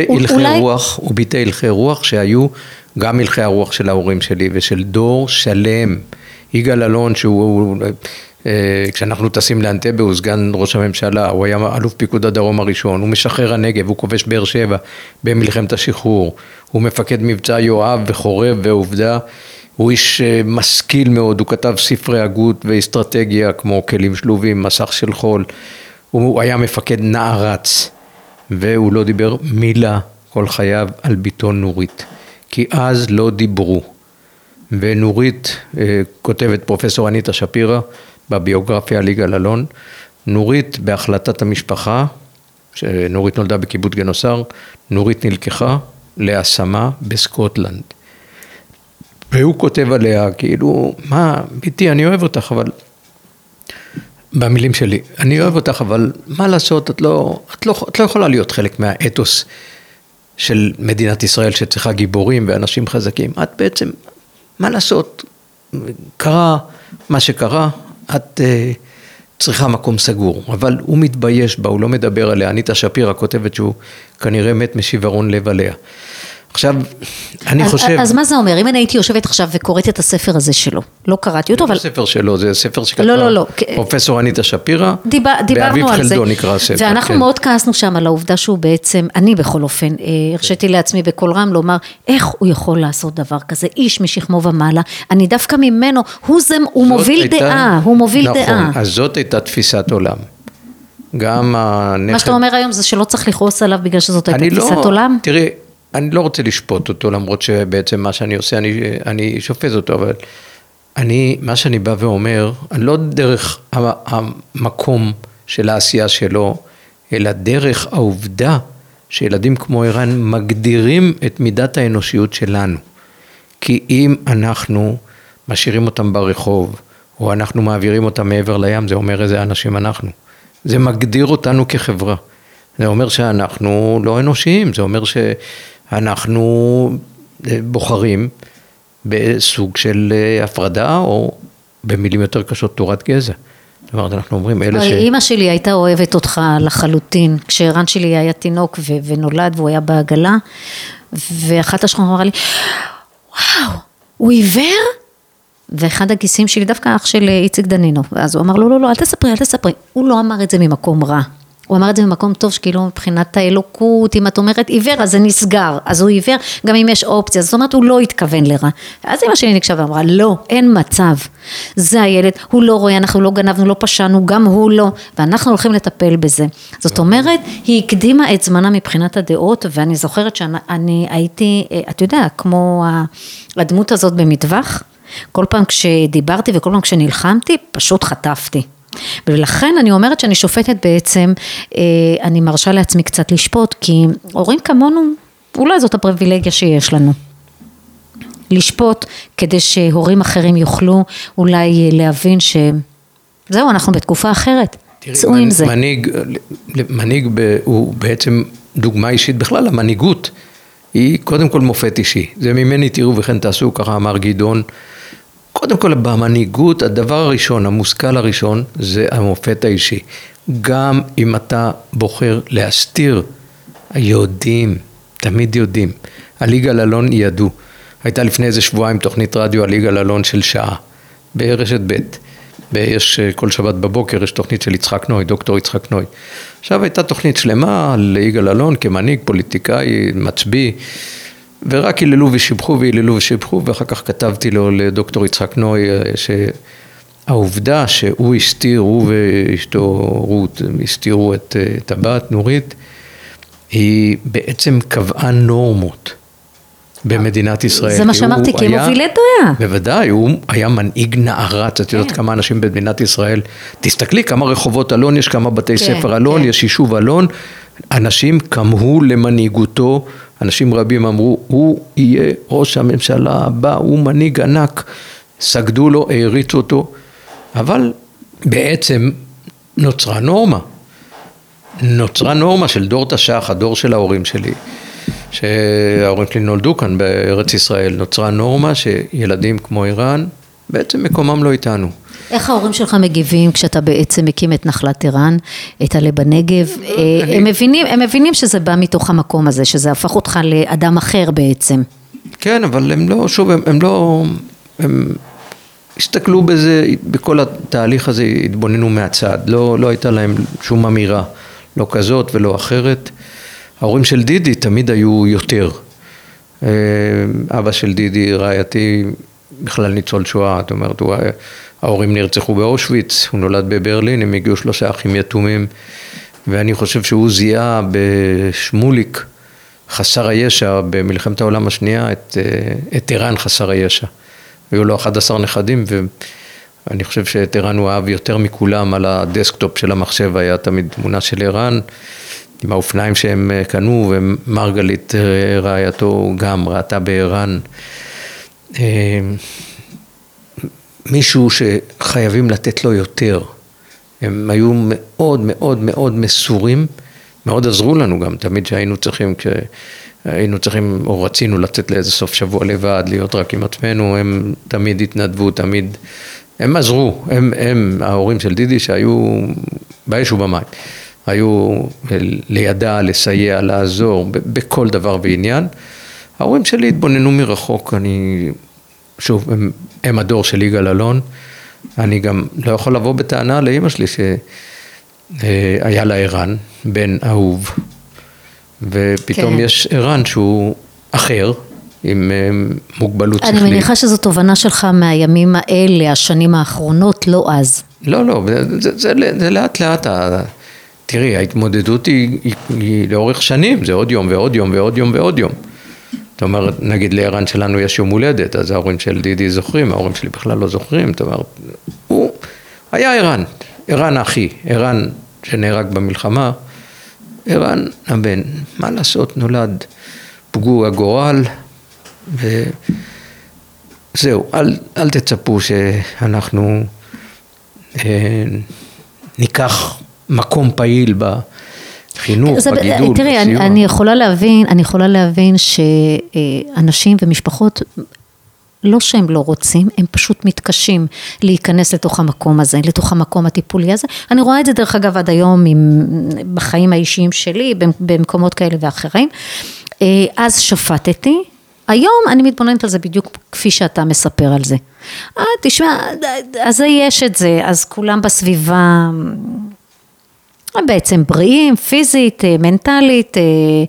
ביטא הלכי רוח שהיו גם הלכי הרוח של ההורים שלי ושל דור שלם. יגאל אלון שהוא, כשאנחנו טסים לאנטבה, הוא סגן ראש הממשלה, הוא היה אלוף פיקוד הדרום הראשון, הוא משחרר הנגב, הוא כובש באר שבע במלחמת השחרור, הוא מפקד מבצע יואב וחורב ועובדה, הוא איש משכיל מאוד, הוא כתב ספרי הגות ואסטרטגיה כמו כלים שלובים, מסך של חול, הוא היה מפקד נערץ, והוא לא דיבר מילה כל חייו על ביתו נורית, כי אז לא דיברו. ונורית כותבת פרופסור אניטה שפירא בביוגרפיה על יגאל אלון, נורית בהחלטת המשפחה, שנורית נולדה בקיבוץ גנוסר, נורית נלקחה להשמה בסקוטלנד. והוא כותב עליה כאילו, מה, ביתי אני אוהב אותך, אבל במילים שלי, אני אוהב אותך, אבל מה לעשות, את לא יכולה להיות חלק מהאתוס של מדינת ישראל שצריכה גיבורים ואנשים חזקים. את בעצם, מה לעשות, קרה מה שקרה, את צריכה מקום סגור, אבל הוא מתבייש בה, הוא לא מדבר עליה. אניטה שפירא כותבת שהוא כנראה מת משיוורון לב עליה. עכשיו, אני חושב... אז מה זה אומר? אם אני הייתי יושבת עכשיו וקוראת את הספר הזה שלו, לא קראתי אותו, אבל... זה ספר שלו, זה ספר שכתבה פרופסור אניטה שפירא, דיברנו על זה. חלדון נקרא הספר. ואנחנו מאוד כעסנו שם על העובדה שהוא בעצם, אני בכל אופן, הרשיתי לעצמי בקול רם לומר, איך הוא יכול לעשות דבר כזה, איש משכמו ומעלה, אני דווקא ממנו, הוא מוביל דעה, הוא מוביל דעה. נכון, אז זאת הייתה תפיסת עולם. גם הנכד... מה שאתה אומר היום זה שלא צריך לכעוס עליו בגלל שזאת הייתה תפיסת עולם? תראי, אני לא רוצה לשפוט אותו, למרות שבעצם מה שאני עושה, אני שופט אותו, אבל מה שאני בא ואומר, אני לא דרך המקום של העשייה שלו, אלא דרך העובדה שילדים כמו ערן מגדירים את מידת האנושיות שלנו. כי אם אנחנו משאירים אותם ברחוב, או אנחנו מעבירים אותם מעבר לים, זה אומר איזה אנשים אנחנו. זה מגדיר אותנו כחברה. זה אומר שאנחנו לא אנושיים, זה אומר שאנחנו בוחרים בסוג של הפרדה, או במילים יותר קשות תורת גזע. זאת אומרת, אנחנו אומרים אלה אמא שלי הייתה אוהבת אותך לחלוטין, כשערן שלי היה תינוק ונולד והוא היה בעגלה, ואחת השכונה אמרה לי, וואו, הוא עיוור? ואחד הגיסים שלי, דווקא אח של איציק דנינו, אז הוא אמר, לא, אל תספרי, הוא לא אמר את זה ממקום רע, הוא אמר את זה ממקום טוב, שכאילו מבחינת האלוקות, אם את אומרת עיוור, אז זה נסגר, אז הוא עיוור, גם אם יש אופציה, זאת אומרת, הוא לא התכוון לרע. אז אמא שלי נקשה ואמרה, לא, אין מצב, זה הילד, הוא לא רואה, אנחנו לא גנבנו, לא פשענו, גם הוא לא, ואנחנו הולכים לטפל בזה. זאת אומרת, היא הקדימה את זמנה מבחינת הדעות, ואני זוכרת שאני הייתי, את יודע, כמו הדמות הזאת במטווח, כל פעם כשדיברתי וכל פעם כשנלחמתי, פשוט חטפתי. ולכן אני אומרת שאני שופטת בעצם, אני מרשה לעצמי קצת לשפוט, כי הורים כמונו, אולי זאת הפריבילגיה שיש לנו. לשפוט כדי שהורים אחרים יוכלו אולי להבין שזהו, אנחנו בתקופה אחרת. צאו עם זה. מנהיג הוא בעצם דוגמה אישית בכלל, המנהיגות היא קודם כל מופת אישי. זה ממני תראו וכן תעשו, ככה אמר גדעון. קודם כל במנהיגות, הדבר הראשון, המושכל הראשון, זה המופת האישי. גם אם אתה בוחר להסתיר, יודעים, תמיד יודעים. על יגאל אלון ידעו. הייתה לפני איזה שבועיים תוכנית רדיו על יגאל אלון של שעה, ברשת ב'. ויש כל שבת בבוקר, יש תוכנית של יצחק נוי, דוקטור יצחק נוי. עכשיו הייתה תוכנית שלמה על יגאל אלון כמנהיג, פוליטיקאי, מצביא, ורק היללו ושיבחו, ואחר כך כתבתי לו לדוקטור יצחק נוי, שהעובדה שהוא הסתיר, הוא ואשתו רות, הסתירו את הבת נורית, היא בעצם קבעה נורמות במדינת ישראל. זה מה שאמרתי, כי הם מובילי דעה. בוודאי, הוא היה מנהיג נערץ, את יודעת כמה אנשים במדינת ישראל, תסתכלי כמה רחובות אלון יש, כמה בתי ספר אלון, יש יישוב אלון, אנשים כמהו למנהיגותו, אנשים רבים אמרו, הוא יהיה ראש הממשלה הבא, הוא מנהיג ענק, סגדו לו, העריצו אותו, אבל בעצם נוצרה נורמה של דור תש"ח, הדור של ההורים שלי, שההורים שלי נולדו כאן בארץ ישראל, נוצרה נורמה שילדים כמו איראן, בעצם מקומם לא איתנו. איך ההורים שלך מגיבים כשאתה בעצם מקים את נחלת איראן, את עלה בנגב? הם מבינים שזה בא מתוך המקום הזה, שזה הפך אותך לאדם אחר בעצם. כן, אבל הם לא, שוב, הם הסתכלו בזה, בכל התהליך הזה התבוננו מהצד, לא הייתה להם שום אמירה, לא כזאת ולא אחרת. ההורים של דידי תמיד היו יותר. אבא של דידי, רעייתי, בכלל ניצול שואה, זאת אומרת, ההורים נרצחו באושוויץ, הוא נולד בברלין, הם הגיעו 3 אחים יתומים, ואני חושב שהוא זיהה בשמוליק חסר הישע, במלחמת העולם השנייה, את איראן חסר הישע. היו לו 11 נכדים, ואני חושב שאת איראן הוא אהב יותר מכולם, על הדסקטופ של המחשב היה תמיד תמונה של איראן, עם האופניים שהם קנו, ומרגלית רעייתו גם ראתה באיראן. מישהו שחייבים לתת לו יותר. הם היו מאוד מאוד מאוד מסורים, מאוד עזרו לנו גם, תמיד שהיינו צריכים או רצינו לצאת לאיזה סוף שבוע לבד, להיות רק עם עצמנו, הם תמיד התנדבו, תמיד, הם עזרו, הם ההורים של דידי שהיו באש ובמים, היו לידע, לסייע, לעזור, בכל דבר ועניין. ההורים שלי התבוננו מרחוק, שוב, הם הדור של יגאל אלון, אני גם לא יכול לבוא בטענה לאמא שלי שהיה לה ערן, בן אהוב, ופתאום יש ערן שהוא אחר, עם מוגבלות שכלית. אני מניחה שזו תובנה שלך מהימים האלה, השנים האחרונות, לא אז. לא, זה לאט לאט, תראי, ההתמודדות היא לאורך שנים, זה עוד יום ועוד יום ועוד יום ועוד יום. זאת אומרת, נגיד לערן שלנו יש יום הולדת, אז ההורים של דידי זוכרים, ההורים שלי בכלל לא זוכרים, זאת אומרת, הוא היה ערן אחי, ערן שנהרג במלחמה, ערן הבן, מה לעשות, נולד פגוע גורל, וזהו, אל תצפו שאנחנו ניקח מקום פעיל בחינוך, בגידול, תראי, בסיוע. אני יכולה להבין שאנשים ומשפחות, לא שהם לא רוצים, הם פשוט מתקשים להיכנס לתוך המקום הזה, לתוך המקום הטיפולי הזה. אני רואה את זה דרך אגב עד היום בחיים האישיים שלי, במקומות כאלה ואחרים. אז שפטתי, היום אני מתבוננת על זה בדיוק כפי שאתה מספר על זה. תשמע, אז יש את זה, אז כולם בסביבה הם בעצם בריאים, פיזית, מנטלית,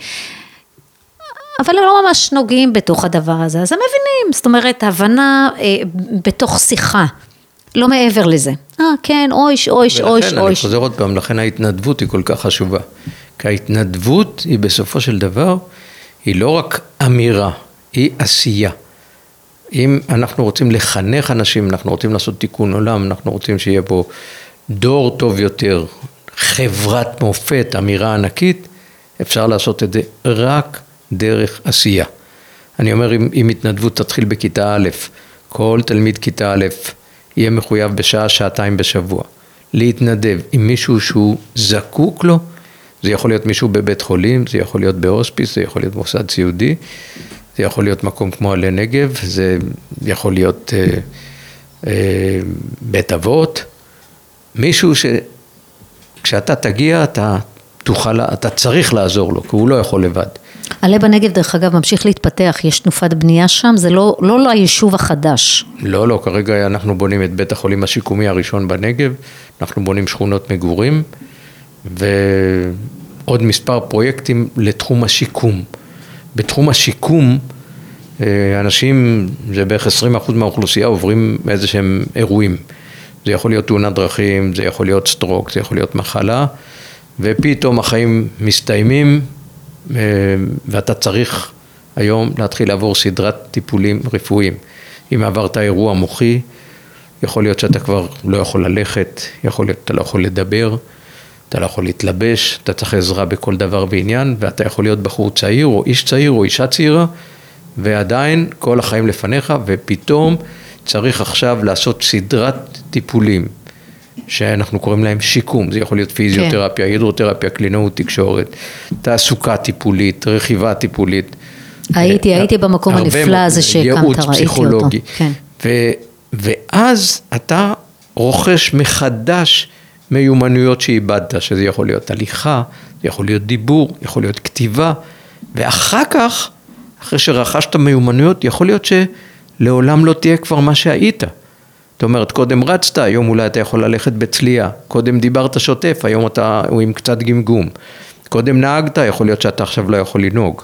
אבל הם לא ממש נוגעים בתוך הדבר הזה, אז הם מבינים, זאת אומרת, הבנה בתוך שיחה, לא מעבר לזה. כן, אויש. ולכן, אני חוזר עוד פעם, לכן ההתנדבות היא כל כך חשובה. כי ההתנדבות היא בסופו של דבר, היא לא רק אמירה, היא עשייה. אם אנחנו רוצים לחנך אנשים, אנחנו רוצים לעשות תיקון עולם, אנחנו רוצים שיהיה פה דור טוב יותר, חברת מופת, אמירה ענקית, אפשר לעשות את זה רק דרך עשייה. אני אומר, אם התנדבות תתחיל בכיתה א', כל תלמיד כיתה א' יהיה מחויב בשעה, שעתיים בשבוע, להתנדב עם מישהו שהוא זקוק לו, זה יכול להיות מישהו בבית חולים, זה יכול להיות בהוספיס, זה יכול להיות מוסד סיעודי, זה יכול להיות מקום כמו עלה נגב, זה יכול להיות בית אבות, מישהו כשאתה תגיע, אתה צריך לעזור לו, כי הוא לא יכול לבד. עלה בנגב דרך אגב ממשיך להתפתח, יש תנופת בנייה שם, זה לא היישוב החדש. לא, כרגע אנחנו בונים את בית החולים השיקומי הראשון בנגב, אנחנו בונים שכונות מגורים, ועוד מספר פרויקטים לתחום השיקום. בתחום השיקום, אנשים, זה בערך 20% מהאוכלוסייה, עוברים איזה שהם אירועים. זה יכול להיות תאונת דרכים, זה יכול להיות סטרוק, זה יכול להיות מחלה, ופתאום החיים מסתיימים, ואתה צריך היום להתחיל לעבור סדרת טיפולים רפואיים. אם עברת אירוע מוחי, יכול להיות שאתה כבר לא יכול ללכת, יכול להיות שאתה לא יכול לדבר, אתה לא יכול להתלבש, אתה צריך עזרה בכל דבר בעניין, ואתה יכול להיות בחור צעיר או איש צעיר או אישה צעירה, ועדיין כל החיים לפניך, ופתאום צריך עכשיו לעשות סדרת טיפולים, שאנחנו קוראים להם שיקום, זה יכול להיות פיזיותרפיה, הידרותרפיה, קלינאות, תקשורת, תעסוקה טיפולית, רכיבה טיפולית. הייתי במקום הנפלא הזה שהקמת, ראיתי אותו. כן. ואז אתה רוכש מחדש מיומנויות שאיבדת, שזה יכול להיות הליכה, זה יכול להיות דיבור, יכול להיות כתיבה, ואחר כך, אחרי שרכשת מיומנויות, יכול להיות שלעולם לא תהיה כבר מה שהיית. זאת אומרת, קודם רצת, היום אולי אתה יכול ללכת בצלייה, קודם דיברת שוטף, היום אתה עם קצת גמגום, קודם נהגת, יכול להיות שאתה עכשיו לא יכול לנהוג.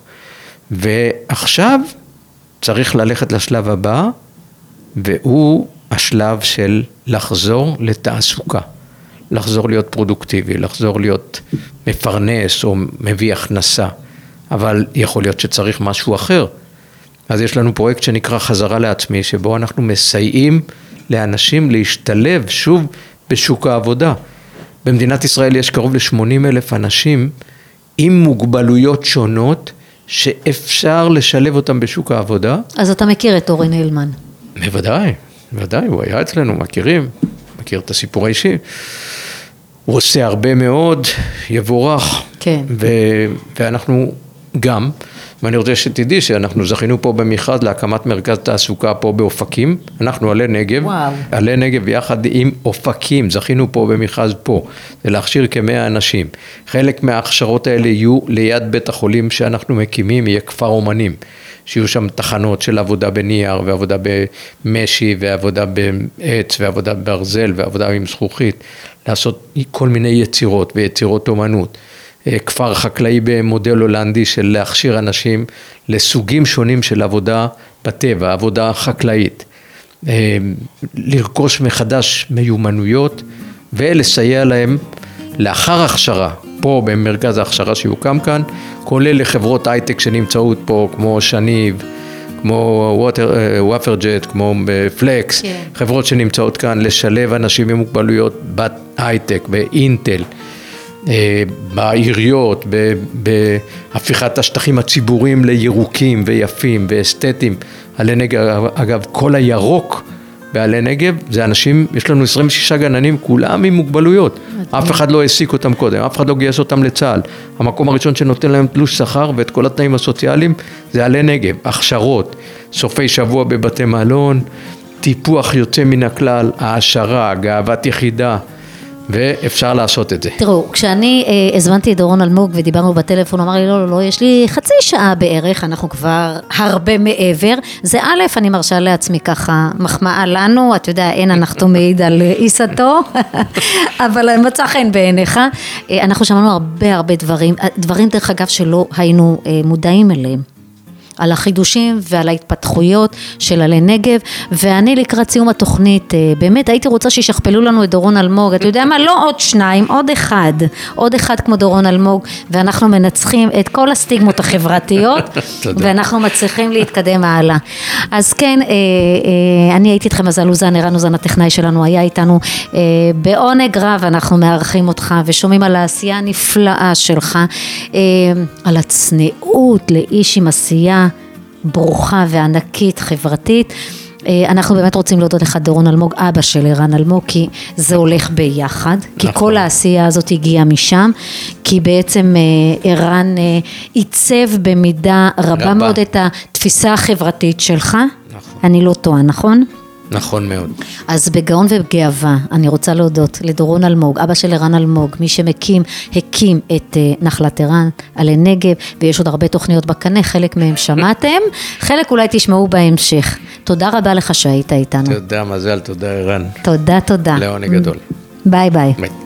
ועכשיו צריך ללכת לשלב הבא, והוא השלב של לחזור לתעסוקה, לחזור להיות פרודוקטיבי, לחזור להיות מפרנס או מביא הכנסה, אבל יכול להיות שצריך משהו אחר. אז יש לנו פרויקט שנקרא חזרה לעצמי, שבו אנחנו מסייעים לאנשים להשתלב שוב בשוק העבודה. במדינת ישראל יש קרוב ל-80,000 אנשים עם מוגבלויות שונות, שאפשר לשלב אותם בשוק העבודה. אז אתה מכיר את אורן הלמן? בוודאי, בוודאי, הוא היה אצלנו, מכיר את הסיפור האישי. הוא עושה הרבה מאוד, יבורך. כן. ואנחנו גם, ואני רוצה שתדעי שאנחנו זכינו פה במכרז להקמת מרכז תעסוקה פה באופקים, אנחנו עלי נגב, עלי נגב יחד עם אופקים, זכינו פה במכרז פה, זה להכשיר כ100 אנשים. חלק מההכשרות האלה יהיו ליד בית החולים שאנחנו מקימים, יהיה כפר אומנים, שיהיו שם תחנות של עבודה בנייר, ועבודה במשי, ועבודה בעץ, ועבודה ברזל, ועבודה עם זכוכית, לעשות כל מיני יצירות ויצירות אומנות. כפר חקלאי במודל הולנדי של להכשיר אנשים לסוגים שונים של עבודה בטבע, עבודה חקלאית. לרכוש מחדש מיומנויות ולסייע להם לאחר הכשרה, פה במרכז ההכשרה שיוקם כאן, כולל לחברות הייטק שנמצאות פה כמו שניב, כמו וופרג'ט, כמו פלקס, חברות שנמצאות כאן, לשלב אנשים עם מוגבלויות בהייטק, באינטל, בעיריות, בהפיכת השטחים הציבוריים לירוקים ויפים ואסתטיים. עלי נגב, אגב, כל הירוק בעלי נגב, זה אנשים, יש לנו 26 גננים, כולם עם מוגבלויות. אף אחד לא העסיק אותם קודם, אף אחד לא גייס אותם לצה"ל. המקום הראשון שנותן להם תלוש שכר ואת כל התנאים הסוציאליים, זה עלי נגב, הכשרות, סופי שבוע בבתי מלון, טיפוח יוצא מן הכלל, העשרה, גאוות יחידה, ואפשר לעשות את זה. תראו, כשאני הזמנתי את דורון אלמוג ודיברנו בטלפון, הוא אמר לי, לא, יש לי חצי שעה בערך, אנחנו כבר הרבה מעבר. זה א', אני מרשה לעצמי ככה, מחמאה לנו, אתה יודע, אין אנחנו מעיד על עיסתו, אבל מצא חן בעיניך. אנחנו שמענו הרבה דברים דרך אגב שלא היינו מודעים אליהם. על החידושים ועל ההתפתחויות של עלי נגב, ואני לקראת סיום התוכנית, באמת הייתי רוצה שישכפלו לנו את דורון אלמוג, אתה יודע מה, לא עוד שניים, עוד אחד כמו דורון אלמוג, ואנחנו מנצחים את כל הסטיגמות החברתיות, ואנחנו מצליחים להתקדם הלאה. אז כן, אני הייתי איתכם, אז אלוזן, ערן אוזן הטכנאי שלנו, היה איתנו בעונג רב, אנחנו מארחים אותך, ושומעים על העשייה הנפלאה שלך, על הצניעות לאיש עם עשייה, ברוכה וענקית חברתית. אנחנו באמת רוצים להודות לך דורון אלמוג, אבא של ערן אלמוג, כי זה הולך ביחד, כי כל העשייה הזאת הגיעה משם, כי בעצם ערן עיצב במידה רבה מאוד את התפיסה החברתית שלך, אני לא טועה, נכון? נכון מאוד. אז בגאון ובגאווה אני רוצה להודות לדורון אלמוג, אבא של ערן אלמוג, מי הקים את נחלת ערן, עלי נגב, ויש עוד הרבה תוכניות בקנה, חלק מהם שמעתם, חלק אולי תשמעו בהמשך. תודה רבה לך שהיית איתנו. תודה מזל, תודה ערן. תודה. לעונג גדול. ביי. ביי.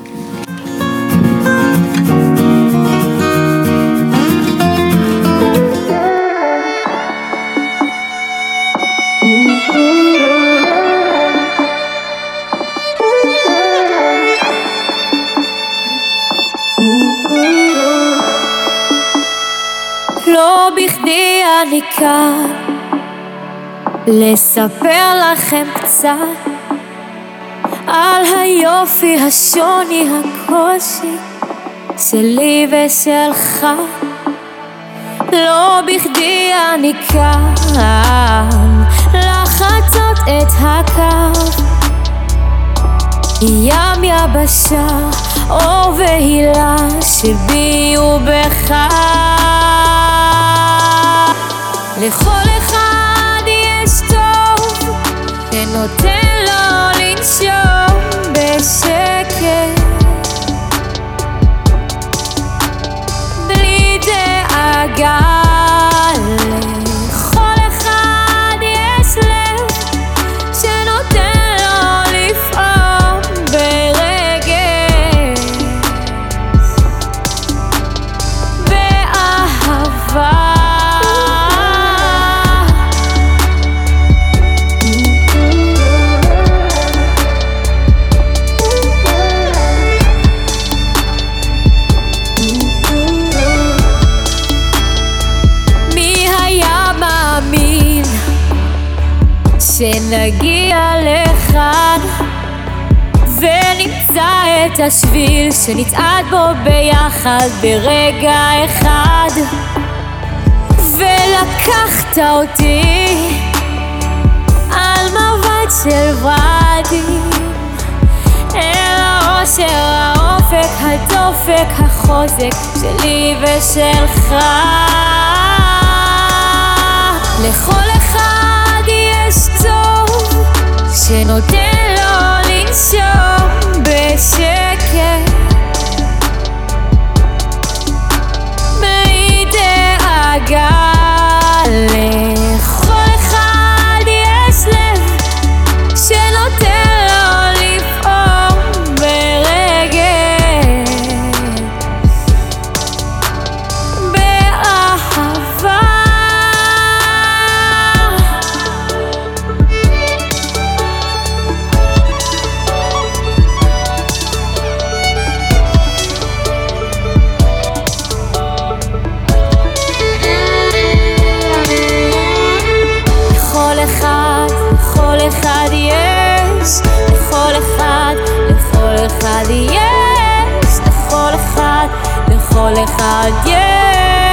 אני כאן לספר לכם קצת על היופי, השוני, הקושי שלי ושלך. לא בכדי אני כאן לחצות את הקו, ים יבשה, אור והילה שבי ובך. לכל אחד יש טוב ונותן לו לנשום בשקט, בלי דאגה. לכל אחד יש לב שנותן לו לפעום ברגש, באהבה. שנגיע לכאן ונמצא את השביל שנצעד בו ביחד ברגע אחד. ולקחת אותי על מבט של ורדים אל האושר, האופק, הדופק, החוזק שלי ושלך. לכל אחד יש טוב שנותן לו לנשום בשקט, בלי דאגה. לכל אחד יש לב שנותן לו לפעום ברגש, באהבה. לכל אחד יש, לכל אחד יש, לכל אחד יש.